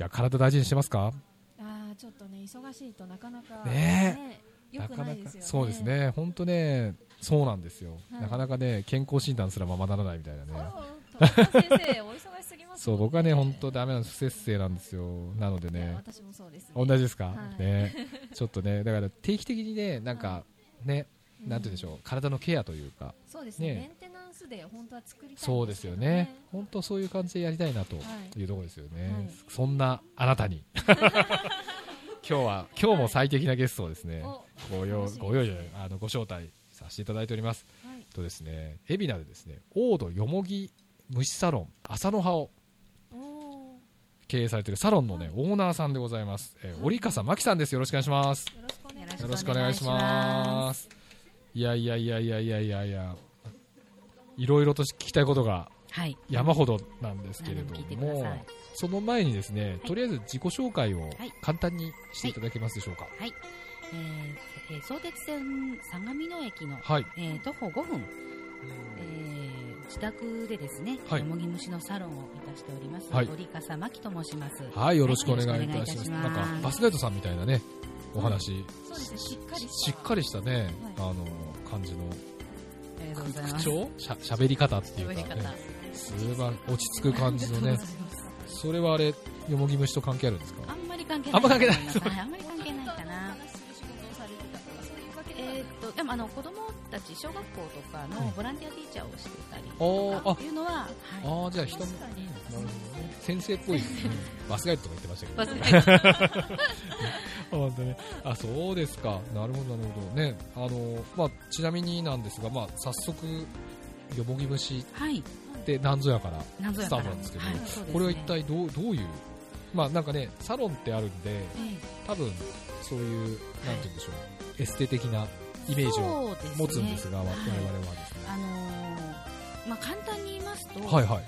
や体大事にしてますか？ ちょっとね忙しいとなかなかね良くないですよね。 そうですね、本当ね、そうなんですよ、 はい、 なかなかね健康診断すらままならないみたいなね。 田中先生お忙しすぎます、ね、 そう僕はね本当ダメなんです、不節制なんですよ。なのでね、 私もそうです、ね、 同じですか、 はい、 ね、ちょっとねだから定期的にねなんか、はい、ね、なんて言うんでしょう、体のケアというか、 そうですね、メンテナンスで本当は作りたいんですけどね。 そうですよね、本当そういう感じでやりたいなというところですよね、はい、そんなあなたに今日も最適なゲストをですねご招待させていただいております、はい、とですね、海老名でですねオードよもぎ虫サロン朝の葉を経営されているサロンのね、オーナーさんでございます、折笠真紀さんです。よろしくお願いします。よろしくお願いします。いやいろいろと聞きたいことが山ほどなんですけれども、その前にですね、とりあえず自己紹介を簡単にしていただけますでしょうか。 はい、相鉄線相模野駅の、 はい、 徒歩5分、自宅でですね、よもぎ虫のサロンをいたしております、折笠真紀と申します。 はい、よろしくお願いいたします。なんかバスガイドさんみたいなねお話、 そうですね、 しっかりしたね、感じの口調、喋り方っていうか、ね、すごい落ち着く感じのねそれはあれよもぎ虫と関係あるんですか？ あんまり関係ない。あんまり関係ないかな。でも子供たち小学校とかのボランティアティーチャーをしてたりとかっていうのは、 じゃあ人も先生っぽいですね。バスガイドとか言ってましたけど本当ね、そうですか、なるほどね。ちなみになんですが、早速よもぎ虫ってなんぞやからスタートなんですけど、これは一体どういうなんかねサロンってあるんで、多分そういうなんて言うんでしょう、エステ的なイメージを持つんですが、我々はですね、 簡単に言いますと、よ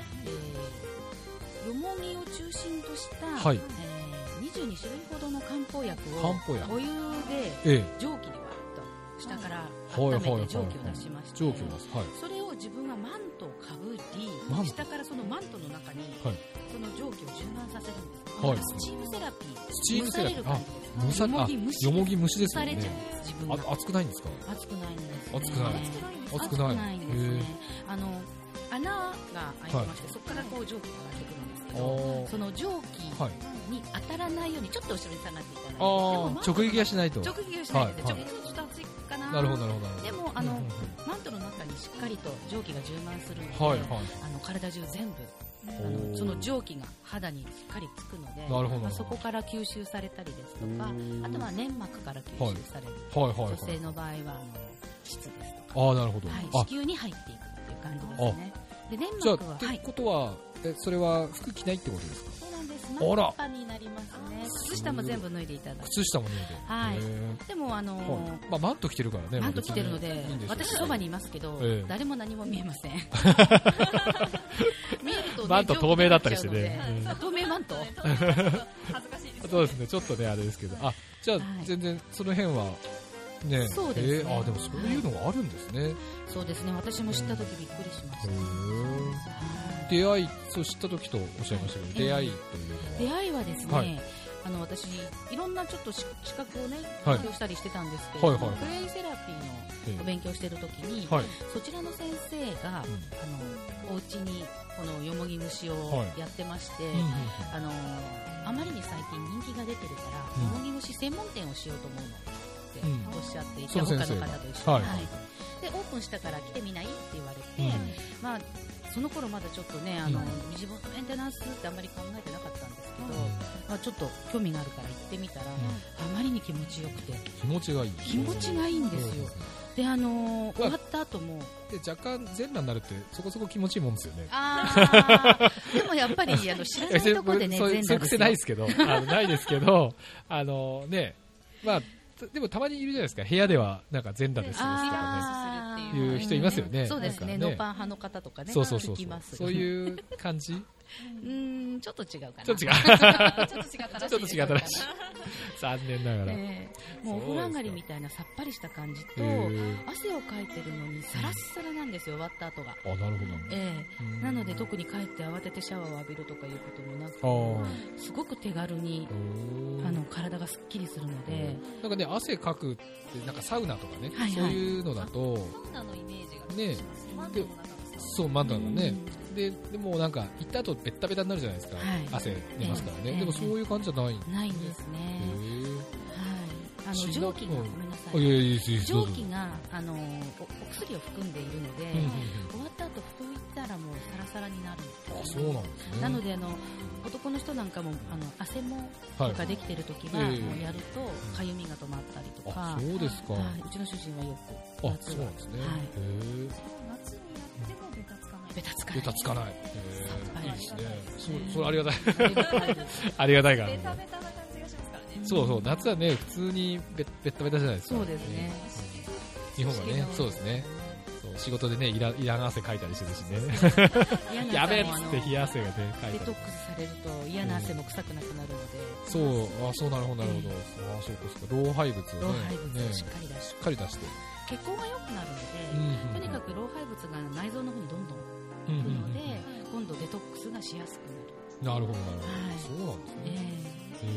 もぎを中心とした、22種類ほどの漢方薬をお湯で蒸気で割っと下から温めて蒸気を出しまして、それを自分はマントをかぶり、下からそのマントの中にその蒸気を充満させるんです。スチームセラピー、蒸される感じです。 よもぎ虫ですよね。熱くないんですか？ 熱くないんです。 熱くないんですね。 穴が開いてまして、そこからこう蒸気が上がってくるんですけど、その蒸気に当たらないようにちょっと後ろに下がっていただいて、 直撃がしないと。 直撃がしないです。直撃はちょっと熱いかな。 なるほど。 でもマントの中にしっかりと蒸気が充満するので、体中全部その蒸気が肌にしっかりつくので、そこから吸収されたりですとか、あとは粘膜から吸収される、女性の場合は膣ですとか、 なるほど、 子宮に入っていくっていう感じですね。で粘膜は、 ってことはそれは服着ないってことですか？ そうなんです。中になりますね。靴下も全部脱いでいただいて。 靴下も脱いで。でもマント着てるからね。 マント着てるので、私そばにいますけど、誰も何も見えません。見えるとマント透明だったりしてね。 透明マント。 恥ずかしいです。 そうですね、ちょっとねあれですけど、じゃあ全然その辺はね。 そうですね。 でもそういうのがあるんですね。 そうですね。私も知った時びっくりしました。 出会い、そう知った時とおっしゃいましたけど、出会いというのは。 出会いはですね、私いろんなちょっと資格をね勉強したりしてたんですけど、クレイセラピーの勉強している時に、そちらの先生がお家にこのよもぎ虫をやってまして、あまりに最近人気が出てるから、よもぎ虫専門店をしようと思うのっておっしゃっていて、他の方と一緒に、でオープンしたから来てみないって言われて、その頃まだちょっとね自分のメンテナンスってあんまり考えてなかったんですけど、ちょっと興味があるから行ってみたら、あまりに気持ちよくて、 気持ちがいいんですよ。で終わった後も若干全裸になるってそこそこ気持ちいいもんですよね。 でもやっぱり知らないところでね、 そういう癖ないですけどないですけどね、でもたまにいるじゃないですか、部屋ではなんか全裸で過ごすとかねいう人いますよね。 そうですね、ノーパン派の方とかね、 そういう感じ。 ちょっと違うかな。 ちょっと違ったらしい。 残念ながら、 もうお風呂上がりみたいなさっぱりした感じと、汗をかいてるのにサラッサラなんですよ、終わった後が。 あ、なるほど。 なので特に帰って慌ててシャワーを浴びるとかいうこともなく、すごく手軽に体がすっきりするので、 なんかね、汗かくってなんかサウナとかね、そういうのだとサウナのイメージがね、 マントの中のそう、マントがね、でもなんか行った後ベッタベタになるじゃないですか、汗出ますからね。でもそういう感じじゃないんですね。 ないんですね。蒸気が、ごめんなさい、蒸気がお薬を含んでいるので、終わった後拭いたらもうサラサラになるんですよね。 そうなんですね。 なので男の人なんかも汗もとかできてる時は、もうやるとかゆみが止まったりとか。 そうですか。 うちの主人はよく夏は。 そうなんですね。 夏にやってもベタつかない。 ベタつかない。 ベタつかない。いいですね。それありがたい。 ありがたいからね。 ベタベタな感じがしますからね。 そうそう、夏はね、普通にベタベタじゃないですか。 そうですね。 日本はね、そうですね。仕事でね、いらん汗かいたりしてるしね。やべえっつって冷や汗がね、かいたり。 デトックスされると嫌な汗も臭くなくなるので。 そう、そうなるほど、なるほど。そうですか。老廃物をね、 しっかり出して。血行が良くなるので、とにかく老廃物が内臓の方にどんどん行くので、今度デトックスがしやすくなる。なるほど、なるほど。そうなんですね。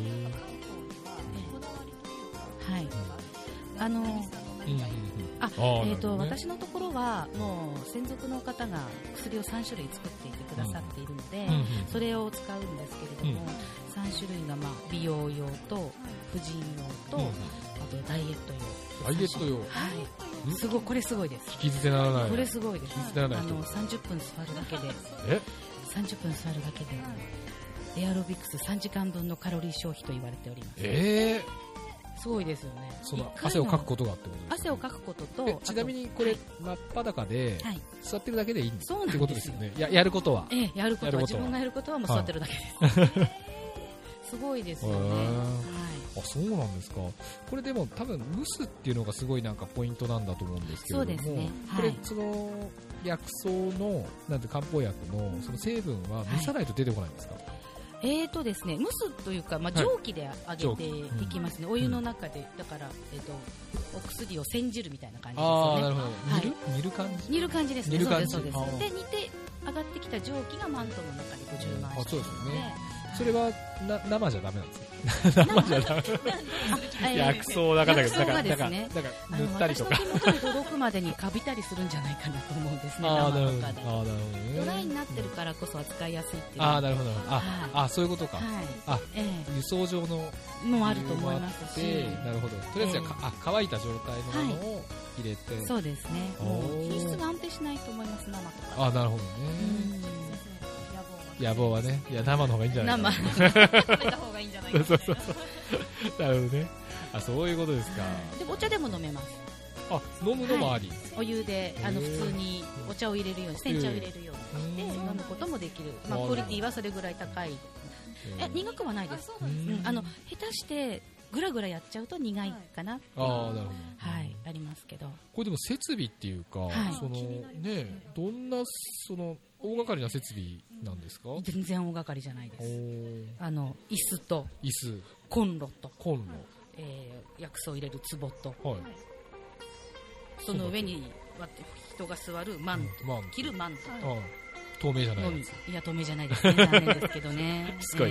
私のところはもう専属の方が薬を3種類作っていてくださっているので、それを使うんですけれども、3種類が美容用と婦人用と、あとダイエット用。 ダイエット用。 すごい、これすごいです。 引き捨てならない。 これすごいです。 引き捨てならない。 30分座るだけで。30分座るだけで。エアロビクス3時間分のカロリー消費と言われております。すごいですよね。 その汗をかくことがってことですか。 汗をかくことと、 ちなみにこれ真っ裸で座ってるだけでいいんですってことですよね。やることは。 やることは自分がやることはもう座ってるだけです。すごいですよね。 あ、そうなんですか。これでも多分蒸すっていうのがすごいなんかポイントなんだと思うんですけれども、 そうですね。 これその薬草のなんて漢方薬のその成分は蒸さないと出てこないんですか。 ですね、蒸すというか、蒸気で揚げていきますね。お湯の中で、だから、お薬を煎じるみたいな感じですよね。 なるほど。煮る感じ。 煮る感じですね。 煮る感じ。 そうです。で、煮て上がってきた蒸気がマントの中に充満して。 そうですよね。それは生じゃダメなんですか。生じゃダメ。薬草だから薬草がですね、 塗ったりとか。 私の手元に届くまでにカビたりするんじゃないかなと思うんですね。生とかだと。ドライになってるからこそ扱いやすいっていう。 なるほど。そういうことか。輸送上のもあると思いますし。 なるほど。とりあえず乾いた状態のものを入れて。 そうですね。品質が安定しないと思います、生とか。 なるほどね。野望はね、生の方がいいんじゃないかな。 食べた方がいいんじゃないかな。 そう。なるほどね。そういうことですか。 でお茶でも飲めます。 飲むのもあり。 お湯で普通にお茶を入れるように、煎茶を入れるようにして飲むこともできる。クオリティはそれぐらい高い。苦くはないです。下手してぐらぐらやっちゃうと苦いかな。なるほど。ありますけど。 これでも設備っていうか、そのね、どんなその大掛かりな設備なんですか。 全然大掛かりじゃないです。椅子とコンロと薬草を入れる壺と、その上に人が座る着るマントと。 透明じゃないです。 いや、透明じゃないですね。残念ですけどね。 しつこい。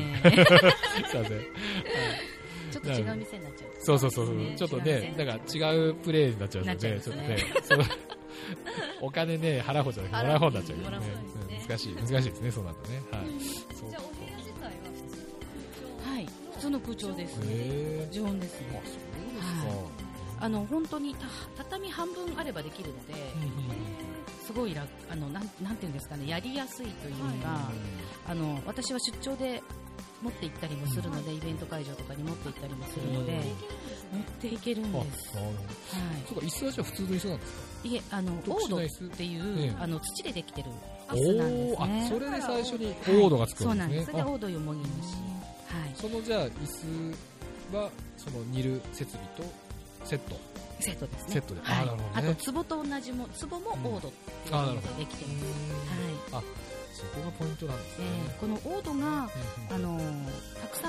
ちょっと違う店になっちゃう。 そう。ちょっとね、なんか違うプレイになっちゃうんでね。ちょっとね。お金ね、払う方じゃなくて、もらう方になっちゃうけどね。難しいですね、そうなるとね。 じゃあお部屋自体は普通の空調ですね。常温ですね。本当に畳半分あればできるので、すごい楽、なんていうんですかね、やりやすいというか、私は出張で持って行ったりもするので、イベント会場とかに持って行ったりもするので、持っていけるんです。 そうか、椅子はじゃあ普通の椅子なんですか。 いえ、オードっていう土でできてる椅子なんですね。 それで最初にオードがつくんですね。 そうなんです。それでオードよもぎ虫。 そのじゃあ椅子はその煮る設備とセットですね。セットで。 あと壺と同じも壺もオードっていうのでできてます。 そこがポイントなんですね。 このオードがたくさん濃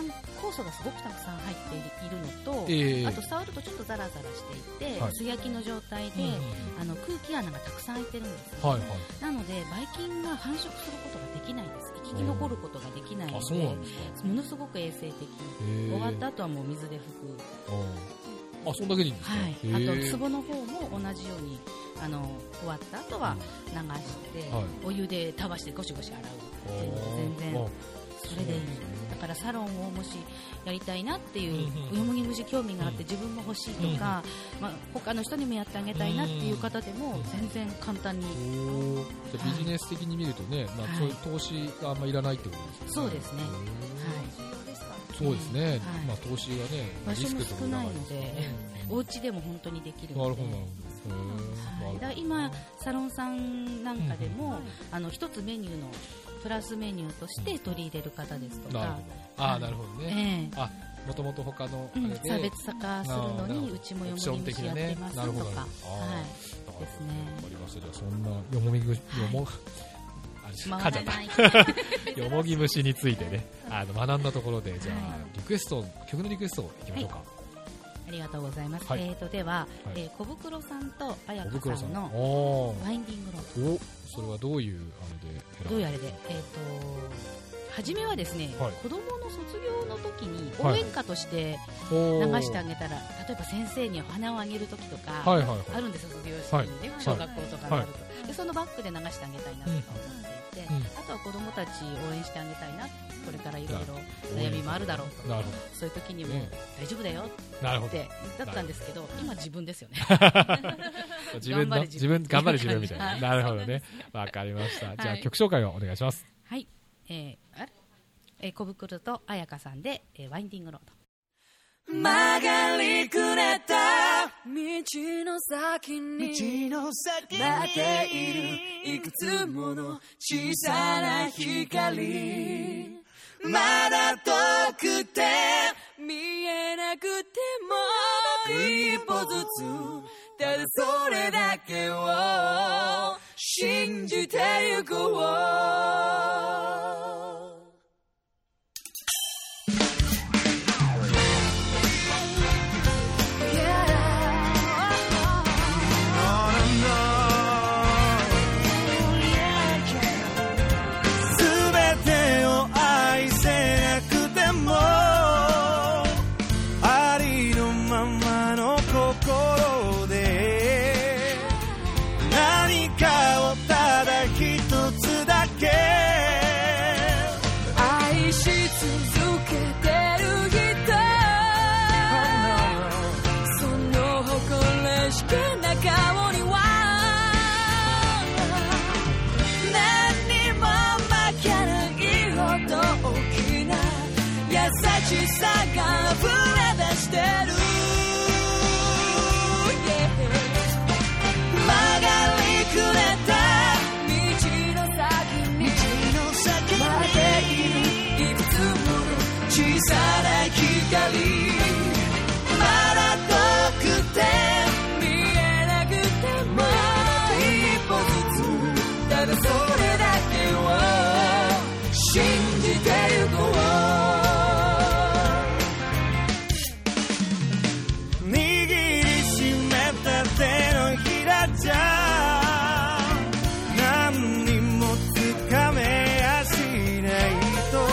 酵素がすごくたくさん入っているのと、あと触るとちょっとザラザラしていて、素焼きの状態で、空気穴がたくさん開いてるんですよ、なのでばい菌が繁殖することができないんです。生き残ることができないので、ものすごく衛生的。終わった後はもう水で拭く。 そんだけでいいんですか？ あと壺の方も同じように終わった後は流して、お湯でたわしてゴシゴシ洗うっていうので全然それでいい。だからサロンをもしやりたいなっていう、よもぎ虫興味があって自分も欲しいとか、他の人にもやってあげたいなっていう方でも全然簡単に。 じゃビジネス的に見るとね、そういう投資があんまりいらないってことですね。 そうですね。 そうですね。投資がね、 場所も少ないので、お家でも本当にできるので。 なるほど。 だから今サロンさんなんかでも一つメニューのプラスメニューとして取り入れる方ですとか。 なるほどね。もともと他の差別化するのにうちもよもぎ虫やってますとか。ですね。 わかりました。じゃあそんなよもぎ虫噛んじゃったよもぎ虫についてね学んだところで、じゃあ曲のリクエストをいきましょうか。 ありがとうございます。では小袋さんと彩香さんのワインディングロード。 それはどういうあれで初めはですね、子供の卒業の時に応援歌として流してあげたら、例えば先生に花をあげる時とかあるんですよ、卒業式にね、小学校とかになると。でそのバックで流してあげたいなとか思っていて、あとは子供たち応援してあげたいな、これからいろいろ悩みもあるだろうと、そういう時にも大丈夫だよってだったんですけど、今自分ですよね。 頑張れ自分みたいな。なるほどね。わかりました。じゃあ曲紹介をお願いします。 はい。小袋と彩香さんでワインディングロード。 曲がりくれた道の先に待っているいくつもの小さな光、まだ遠くて見えなくても一歩ずつ、ただそれだけを信じてゆこう。小さが溢れ出してる、曲がりくれた道の先に待っているいくつもの小さな光、まだ遠くて見えなくても一歩ずつ、ただそれだけを信じてゆこう。じゃ何にもつかめやしないと、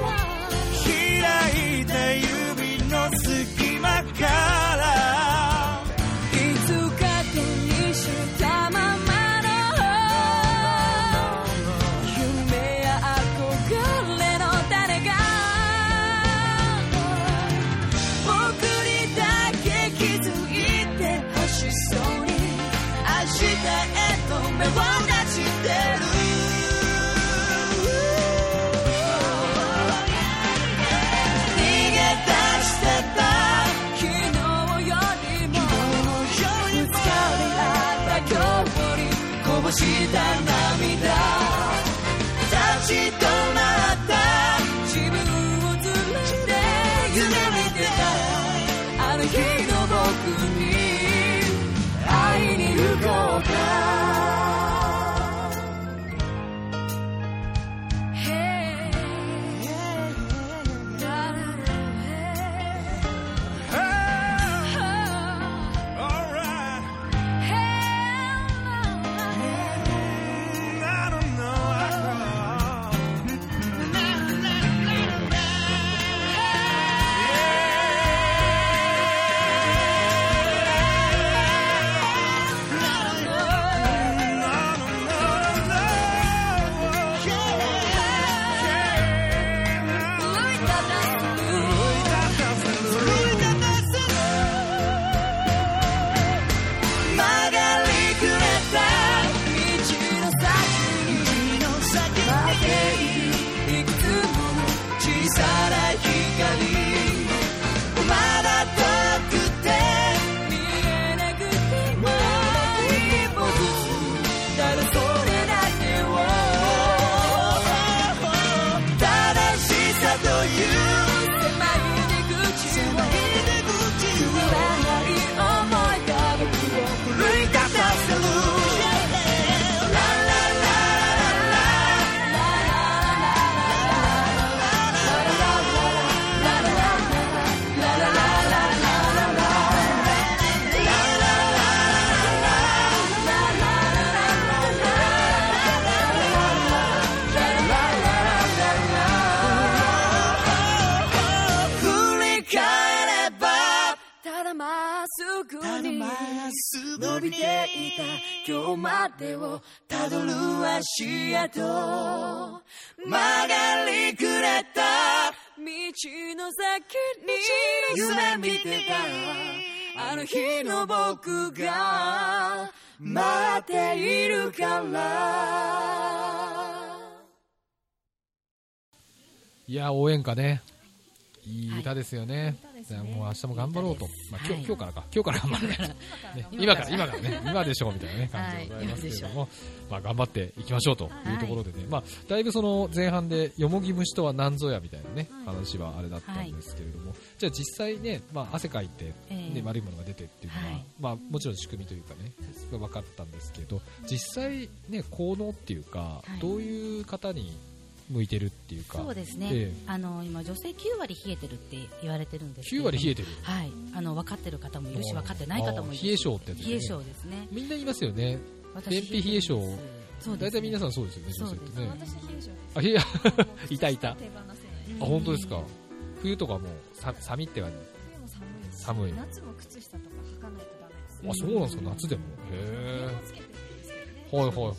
開いた指の隙間からいつか手にしたままの夢や憧れの種が僕にだけ気づいてほしそうに明日へと目を出してる、逃げ出してた昨日よりもぶつかり合った今日にこぼした涙、立ち止まった自分をずらして夢見てたあの日の僕に会いに行こうか。 ぐに伸びていた今日までをたどる足跡曲がりくれた道の先に夢見てたあの日の僕が待っているからいや応援歌ねいい歌ですよね、はい、もう明日も頑張ろうと、まあ、今日から頑張る、ね、今からね今でしょうみたいな、ね、感じでございますけれども、はい、まあ、頑張っていきましょうというところでね、はい、まあ、だいぶその前半でよもぎ虫とは何ぞやみたいなね、はい、話はあれだったんですけれども、はい、じゃあ実際ね、まあ、汗かいて、ね、悪いものが出てっていうのは、はい、まあ、もちろん仕組みというかね分かったんですけど実際ね効能っていうか、はい、どういう方に向いてるっていうか。 そうですね、今女性9割冷えてるって言われてるんですけど 9割冷えてる、 はい、分かってる方もいるし分かってない方もいるし冷え性ってやつですね。 冷え性ですね。 みんな言いますよね。便秘冷え性大体皆さんそうですよね。 そうですね。私冷え性いたあ本当ですか。冬とかも寒いってはね。 でも寒いです。夏も靴下とか履かないとダメです。 あ、そうなんですか。夏でも。へえ。はいはいはい。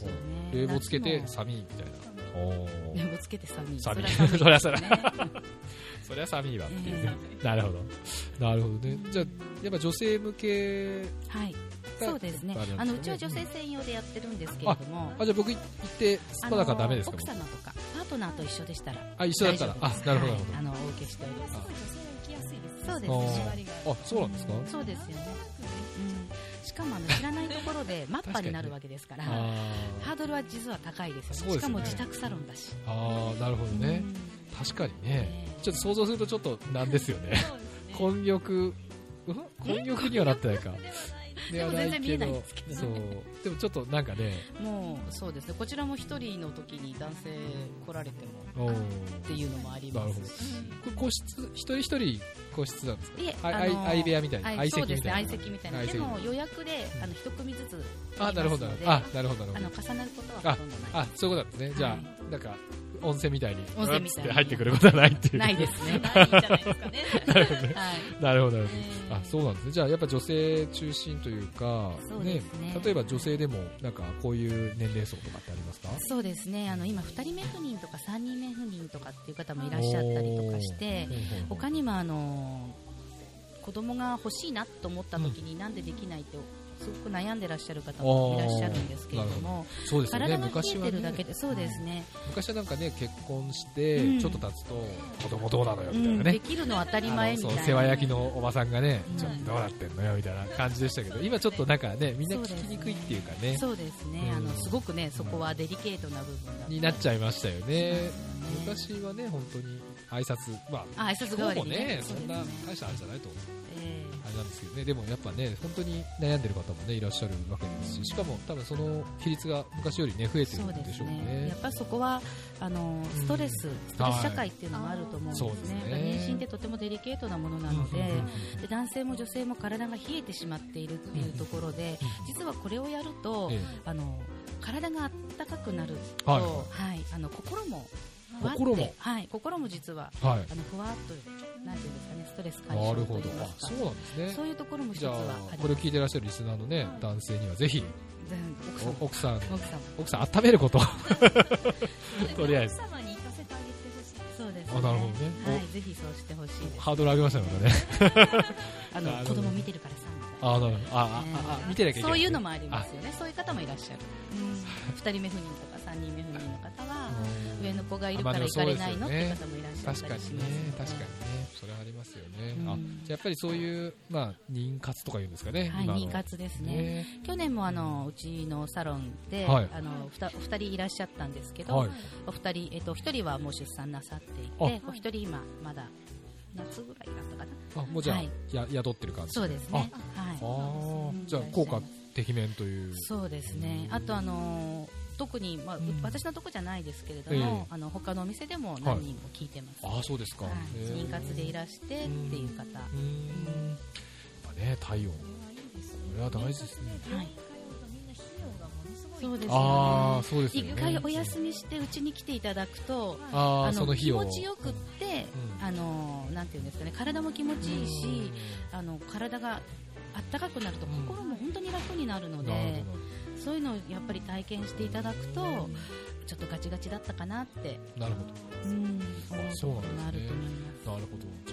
冷房つけて寒いみたいな。 冷房つけて寒い。 そりゃ寒いわっていうね。なるほどね。じゃあやっぱ女性向け。 はい。そうですね。うちは女性専用でやってるんですけれども。 じゃあ僕行ってスパだからダメですか。 奥様とかパートナーと一緒でしたら。 一緒だったら。なるほど。 お受けしております。 すごい女性行きやすいです。 そうですね。 そうなんですか。 そうですよね。しかも知らないところでマッパになるわけですからハードルは実は高いですよね。しかも自宅サロンだし。 なるほどね。確かにね。ちょっと想像するとちょっとなんですよね。混浴にはなってないか。 でも全然見えないんですけど。 そうでもちょっとなんかね。 もうそうですね。こちらも一人の時に男性来られてもっていうのもありますし。 個室一人一人個室なんですか。 いえ、 相部屋みたいな。 そうですね。相席みたいな。でも予約で一組ずつ。 なるほど。 重なることはほとんどない。 そういうことなんですね。じゃあなんか。温泉みたいに入ってくることはないっていう。 ないですね。 ないんじゃないですかね。 なるほど。そうなんですね。じゃあやっぱ女性中心というか、ね、例えば女性でもなんかこういう年齢層とかってありますか？ そうですね。今2人目不妊とか3人目不妊とかっていう方もいらっしゃったりとかして、他にも子供が欲しいなと思った時になんでできないってすごく悩んでらっしゃる方もいらっしゃるんですけれども、 そうですね、 体が冷えてるだけで、そうですね。 昔はなんかね、結婚してちょっと経つと子供どうなのよみたいなね、 できるのは当たり前みたいな、 世話焼きのおばさんがね、ちょっとどうなってんのよみたいな感じでしたけど、今ちょっとなんかね、みんな聞きにくいっていうかね、 そうですね、すごくね、そこはデリケートな部分になっちゃいましたよね。昔はね、本当に挨拶、 挨拶代わりにね、そんな大したあれじゃないと思う。あれなんですけどね、でもやっぱね、本当に悩んでる方もねいらっしゃるわけですし、しかも多分その比率が昔よりね増えてるんでしょうね。 やっぱりそこはストレス社会っていうのもあると思うんですね。妊娠ってとてもデリケートなものなので、男性も女性も体が冷えてしまっているっていうところで、実はこれをやると体が温かくなると、心も心も実は、ふわっとなんていうんですかね、ストレス解消というか、 そうなんですね。 そういうところも一つはあります。 これを聞いていらっしゃるリスナーのね、男性にはぜひ奥さん温めることとりあえず奥様に行かせてあげてほしい。 そうですね。 なるほどね。 ぜひそうしてほしいです。 ハードル上げましたね。 子供見てるからさ。見てなきゃいけない。 そういうのもありますよね。そういう方もいらっしゃる。2人目不妊とか3人目不妊の方は上の子がいるから行かれないのって方もいらっしゃったりします。 確かにね、それはありますよね。じゃあやっぱりそういう妊活とかいうんですかね。 妊活ですね。去年もうちのサロンで2人いらっしゃったんですけど、お二人1人はもう出産なさっていて、お一人今まだ夏ぐらいだったかな。 もうじゃあ宿ってる感じ。 そうですね。 じゃあ効果てきめんという。 そうですね。あと特に私のとこじゃないですけれども、他のお店でも何人も聞いてます。 そうですか。 妊活でいらしてっていう方。やっぱね、体温。これは大事ですね。 そうですよね。一回お休みしてうちに来ていただくと、気持ちよくって、なんていうんですかね、体も気持ちいいし、体があったかくなると心も本当に楽になるので、そういうのをやっぱり体験していただくとちょっとガチガチだったかなって。 なるほど。 そうなんですね。なると思います。 なるほど。じゃ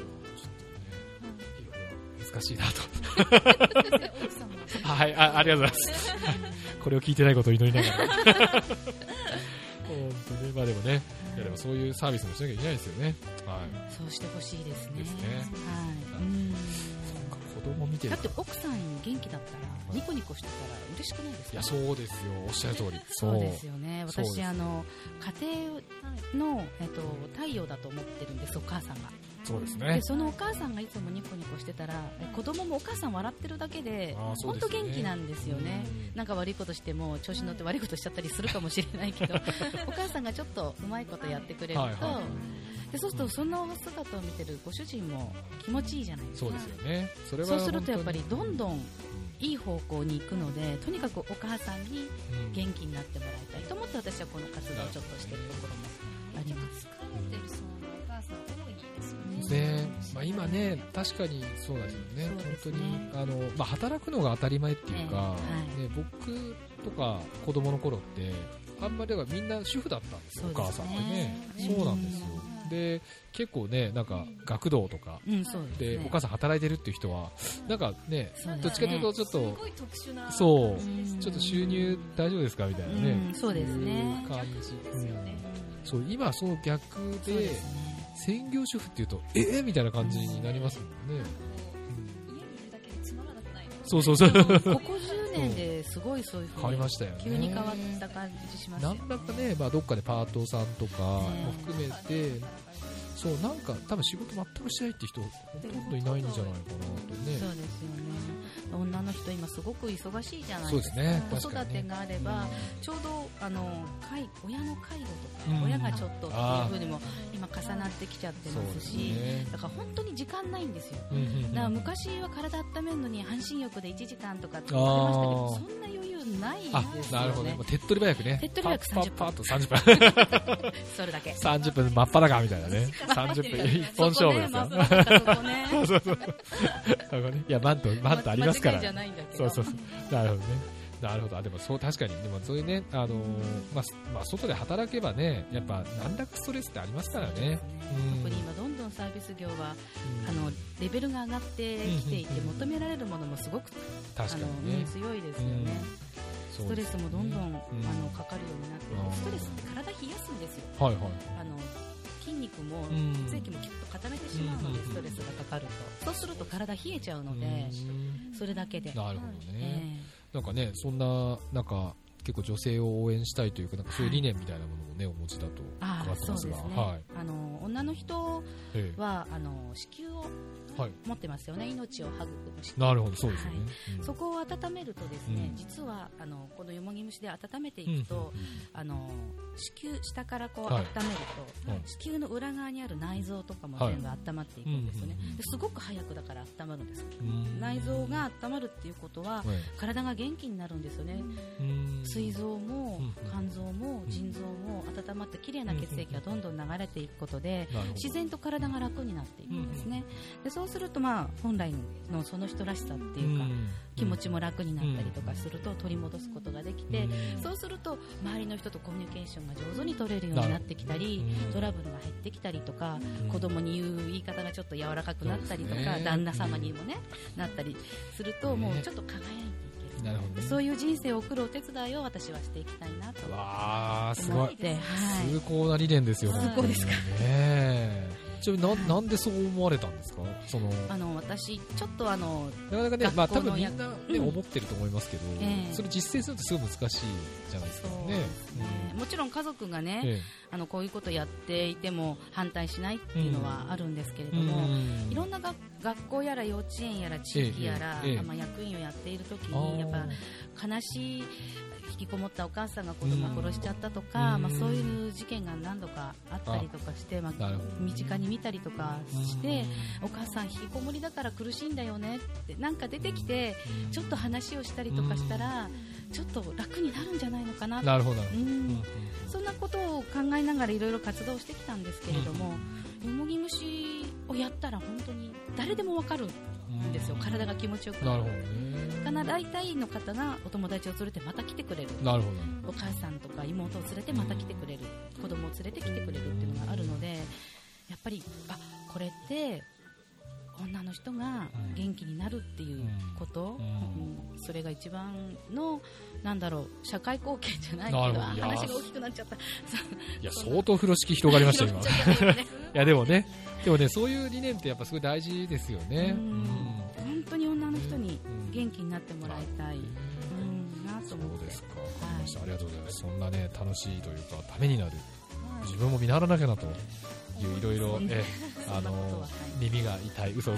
あちょっとね、難しいなと。はい、ありがとうございます。これを聞いてないことを祈りながら。本当ね、まあでもね、やればそういうサービスもしなきゃいけないですよね。はい。 そうしてほしいですね。 ですね。 はい。 そうか、子供見てる。 だって奥さん元気だったらニコニコしてたら嬉しくないですか？ いや、そうですよ。おっしゃる通り。 そうですよね。私家庭の太陽だと思ってるんです、お母さんが。 そうですね。 でそのお母さんがいつもニコニコしてたら子供もお母さん笑ってるだけで本当元気なんですよね。なんか悪いことしても調子乗って悪いことしちゃったりするかもしれないけどお母さんがちょっとうまいことやってくれると、でそうするとその姿を見てるご主人も気持ちいいじゃないですか。 そうですよね。 そうするとやっぱりどんどんいい方向に行くので、とにかくお母さんに元気になってもらいたいと思って私はこの活動をちょっとしているところもあります。 疲れてるそうなお母さん多いですよね。 まあ、今ね、確かにそうなんですよね。本当にまあ、働くのが当たり前っていうか、ね、僕とか子供の頃ってあんまりだからみんな主婦だったんですよ、お母さんってね。そうなんですよ。で結構ね、なんか学童とか、でお母さん働いてるっていう人はなんかね、どっちかというとちょっとすごい特殊な、そうちょっと収入大丈夫ですかみたいなね、 そうですね、 感じですよね。そう今その逆で専業主婦っていうとみたいな感じになりますもんね。 家にいるだけでつまらなくないの？ そうそうそう。 ここ10年ですごいそういう風に変わりましたよね。 急に変わった感じしますよね。 なんだかね、まあどっかでパートさんとかも含めて、そうなんか多分仕事全くしないって人ほとんどいないんじゃないかなとね。 そうですよね。女の人今すごく忙しいじゃないですか。 そうですね。 子育てがあれば、ちょうど親の介護とか、親がちょっとっていう風にも今重なってきちゃってますし、だから本当に時間ないんですよ。だから昔は体温めるのに半身浴で1時間とかって言ってましたけど、そんな余裕ないですよね。 なるほどね。手っ取り早くね。 手っ取り早く30分。 パッと30分。 それだけ。 30分真っ裸みたいなね。30分一本勝負ですよ。そうそう。いやマントありますから。そうそうそう。なるほどね。なるほど。でもそう確かにでもそういうねまあ外で働けばねやっぱ何らかストレスってありますからね。 特に今どんどんサービス業はレベルが上がってきていて求められるものもすごく確かにね強いですよね。ストレスもどんどんかかるようになっていて、ストレスって体冷やすんですよ。 はいはい。 筋肉も血液もきっと固めてしまうので、ストレスがかかると、そうすると体冷えちゃうので、それだけで。 なるほどね。なんかね、そんななんか結構女性を応援したいというか、なんかそういう理念みたいなものをねお持ちだと伺ってますが、 女の人は子宮を持ってますよね。命を育む子宮。 なるほど、そうですね。 そこを温めるとですね、実はこのよもぎ蒸しで温めていくと、子宮下からこう温めると、子宮の裏側にある内臓とかも全部温まっていくんですよね。すごく早くだから温まるんです。内臓が温まるっていうことは体が元気になるんですよね。膵臓も肝臓も腎臓も温まってきれいな血液がどんどん流れていくことで、自然と体が楽になっていくんですね。でそうすると本来のその人らしさっていうか、気持ちも楽になったりとかすると取り戻すことができて、そうすると周りの人とコミュニケーションが上手に取れるようになってきたり、トラブルが減ってきたりとか、子供に言う言い方がちょっと柔らかくなったりとか、旦那様にもねなったりすると、もうちょっと輝いていける。なるほどね。そういう人生を送るお手伝いを私はしていきたいなと思って。 崇高な理念ですよね。 崇高ですかね。ちなみになんでそう思われたんですか？ 私ちょっとなかなかね、多分みんなね思ってると思いますけど、それ実践するとすごい難しいじゃないですかね。 もちろん家族がね、こういうことやっていても反対しないっていうのはあるんですけれども、いろんな学校やら幼稚園やら地域やら、役員をやっている時にやっぱ悲しい引きこもったお母さんが子供を殺しちゃったとか、そういう事件が何度かあったりとかして、身近に見たりとかして、お母さん引きこもりだから苦しいんだよねってなんか出てきて、ちょっと話をしたりとかしたら、ちょっと楽になるんじゃないのかな。 なるほど。 そんなことを考えながらいろいろ活動してきたんですけれども、よもぎ蒸しをやったら本当に誰でもわかるんですよ。体が気持ちよくなる。 なるほどね。 かな、大体の方がお友達を連れてまた来てくれる。 なるほど。 お母さんとか妹を連れてまた来てくれる。子供を連れて来てくれるっていうのがあるので、やっぱりこれって女の人が元気になるっていうこと、それが一番のなんだろう、社会貢献じゃないけど、話が大きくなっちゃった。いや相当風呂敷広がりました今。いやでもねそういう理念ってやっぱすごい大事ですよね。 本当に女の人に元気になってもらいたいなと思って。 そうですか。ありがとうございます。そんなね楽しいというかためになる、自分も見習わなきゃなと。いろいろ耳が痛い嘘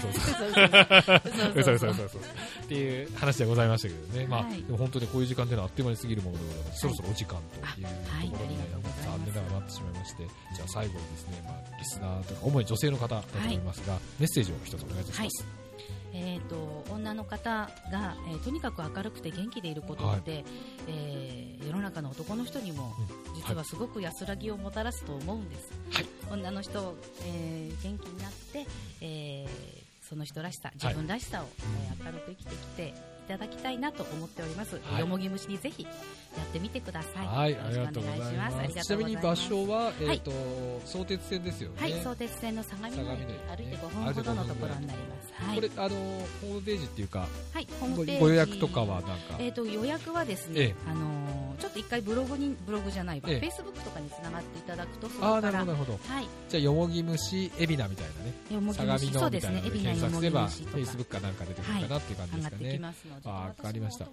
っていう話でございましたけどね。まあでも本当にこういう時間というのはあっという間に過ぎるものでございます。そろそろお時間というところに残念ながらなってしまいまして、じゃあ最後にですね、リスナーとか主に女性の方だと思いますが、メッセージを一つお願いいたします。 女の方が、とにかく明るくて元気でいることって、世の中の男の人にも実はすごく安らぎをもたらすと思うんです。女の人、元気になって、その人らしさ、自分らしさを、明るく生きてきていただきたいなと思っております。よもぎ虫にぜひやってみてください。 はい、ありがとうございます。ちなみに場所は相鉄線ですよね。 はい、相鉄線の相模野駅、歩いて5分ほどのところになります。 これホームページっていうか、 ホームページご予約とかはなんか、 予約はですね、ちょっと一回ブログじゃないわ、フェイスブックとかにつながっていただくと、そこから、 なるほど。じゃあよもぎ虫海老名みたいなね、相模野みたいなので検索すればフェイスブックかなんか出てくるかなっていう感じですかね。わかりました。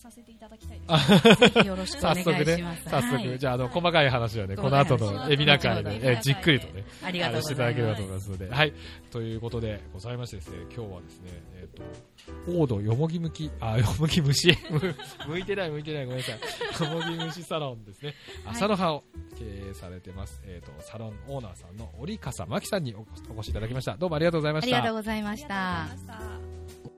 よろしくお願いします。 早速じゃあ細かい話はね、この後の海老名会でじっくりとねしていただければと思いますので、はい、ということでございましてですね、今日はですね、オードよもぎ虫向いてないごめんなさい、よもぎ虫サロンですね、朝の葉を経営されてます、サロンオーナーさんの折笠真紀さんにお越しいただきました。どうもありがとうございました。 ありがとうございました。